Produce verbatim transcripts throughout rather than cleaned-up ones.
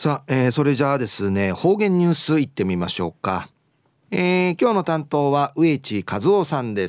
さあ、えー、それじゃあですね、方言ニュースいってみましょうか。えー、今日の担当は植地和夫さんです。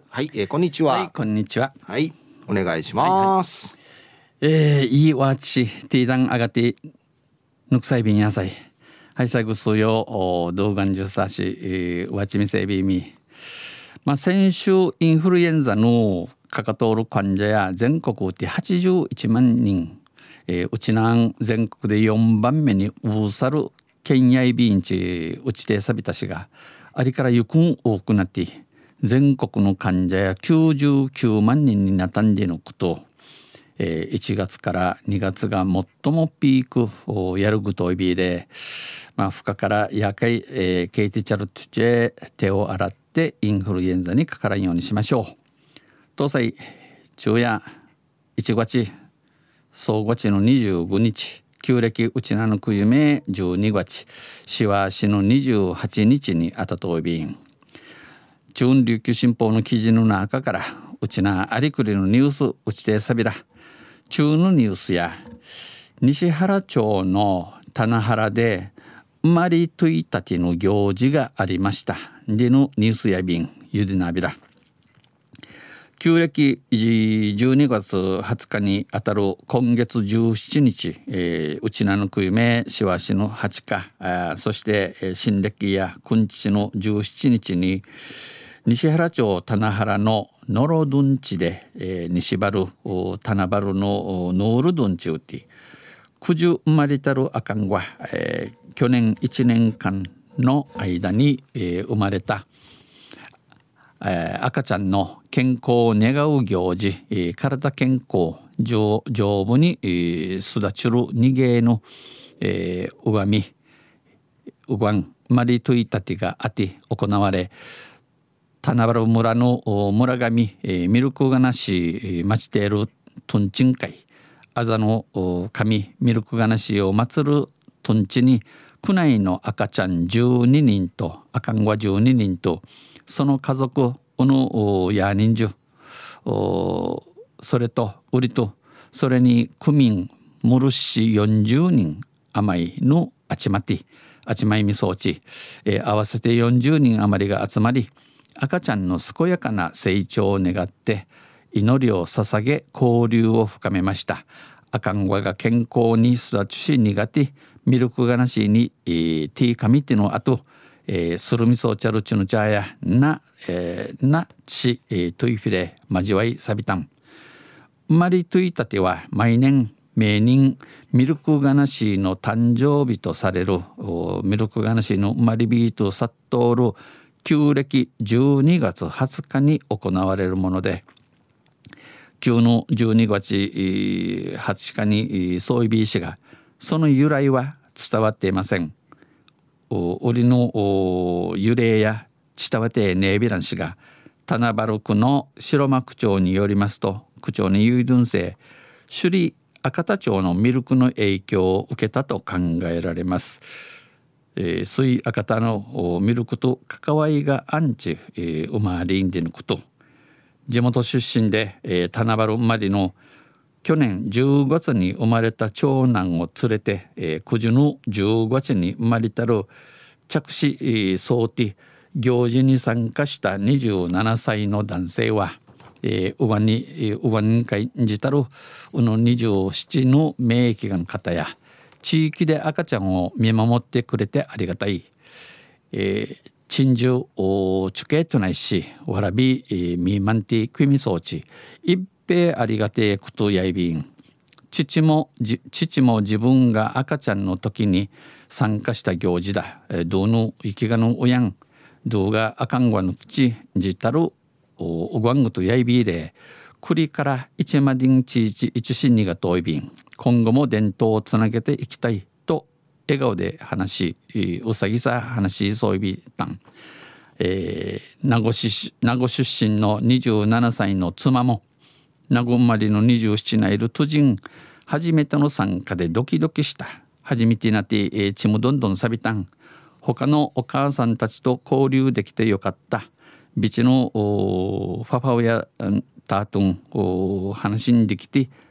はい、えー、こんにちは。 はい、こんにちは。 はい、お願いします。 はいはい、えー、いいわちティーダンあがてぬくさいびんやさいはいさぐすよ動画じゅさし、えー、わちみせびみ、まあ、先週インフルエンザのかかとおる患者や全国ではちじゅういちまんにん、えー、うちなん全国でよんばんめにうさる県やいびんちうちてさびたしがありからゆくん多くなって全国の患者やきゅうじゅうきゅうまんにんになたんでのこと、えー、いちがつからにがつが最もピークをやるぐといびで、まあ、ふかからやかい、えー、ケイティチャルトゥチェ手を洗ってインフルエンザにかからんようにしましょう。東西昼夜いちがつ総合地のにじゅうごにち旧暦うちなのくゆめじゅうにがつしわしのにじゅうはちにちにあたといびん中琉球新報の記事の中からうちなありくりのニュースうちてさびら中のニュースや西原町の棚原でマリトイタティの行事がありましたでのニュースやびんゆでなびら旧暦じゅうにがつはつかにあたる今月じゅうしちにち、えー、うちなのくゆめしわしのはちかあそして、えー、新暦やくんちちのじゅうしちにちに西原町棚原のノロドンチで、えー、西原棚原のノールドンチウティくじゅ生まれたるあかんは、えー、去年いちねんかんの間に、えー、生まれたえー、赤ちゃんの健康を願う行事、えー、体健康丈夫に、えー、育ちる逃げの、えー、うがみうがんマリトイタティがあって行われ棚原村の村上、えー、ミルクガナシ町テールトンチン会あざの神ミルクガナシを祀るトンチに区内の赤ちゃんじゅうににんと赤んはじゅうににんとその家族のや人数それと売りとそれに区民ムルシよんじゅうにん余りのあちまてあちまいみ装置、えー、合わせてよんじゅうにん余りが集まり赤ちゃんの健やかな成長を願って祈りを捧げ交流を深めました。赤んわが健康に育ちし苦手ミルクがなしに、えー、ティーカミティの後えー、スルミソーチャルチュヌチャーやな、えー、なち、えー、トイフィレ交わいサビタンマリトイタテは毎年名人ミルクガナシーの誕生日とされるミルクガナシーのマリビートサットール旧暦じゅうにがつはつかに行われるもので旧のじゅうにがつはつかにソイビー氏がその由来は伝わっていません。売りの幽霊や伝わってネービラン氏が棚原区の白間区長によりますと区長に有dun性首里赤田町のミルクの影響を受けたと考えられます。えー、水赤田のミルクと関わりがアンチ、えー、うまりんでのこと地元出身で、えー、棚原生まれの去年じゅうがつに生まれた長男を連れて、えー、くじのじゅうがつに生まれたる着手、えー、総理行事に参加したにじゅうななさいの男性は、えー、うわに、えー、うわにかいじたるうのにじゅうななの免疫がの方や地域で赤ちゃんを見守ってくれてありがたい。えー珍獣をチュケットないしわらび、えー、ミーマンティクイミ装置一平ありがてえことやいびん父も父も自分が赤ちゃんの時に参加した行事だ、えー、どうの生きがのおやんどうがあかんわのちじたるおごわんぐとやいびれ栗から一までんちいち一しにがといびん今後も伝統をつなげていきたい笑顔で話しうさぎさ話しそういびたん、えー、名護市名護出身のにじゅうななさいの妻も名護生まれのにじゅうなないる都人初めての参加でドキドキした初めてなって、えー、ちむどんどんさびたん他のお母さんたちと交流できてよかったビチのファファオやタートン話にできて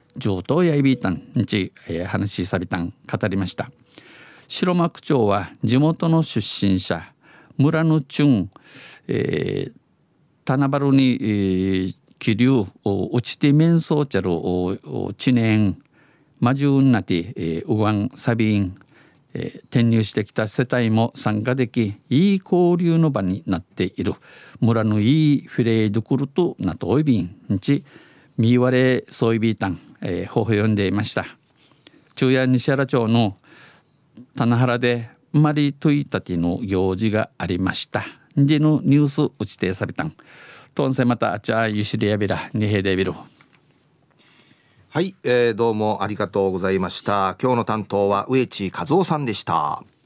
上等やいびいたんにち、えー、話しさびたん語りました。白幕町は地元の出身者村のチュン、えー、棚原に、えー、気流落ちて面相ちゃる知念マジュンナティ、えー、ウワンサビン、えー、転入してきた世帯も参加できいい交流の場になっている村のいいフィレードクルトなとおいびんにちミーワレソイビータン、えー、ほほ読んでいました。中夜西原町の棚原でマリトイタティの行事がありました。でのニュース打ちてさびたんとんせまたあちゃゆしりやびらにへでびる。 はい、えー、どうもありがとうございました。今日の担当は植地和夫さんでした。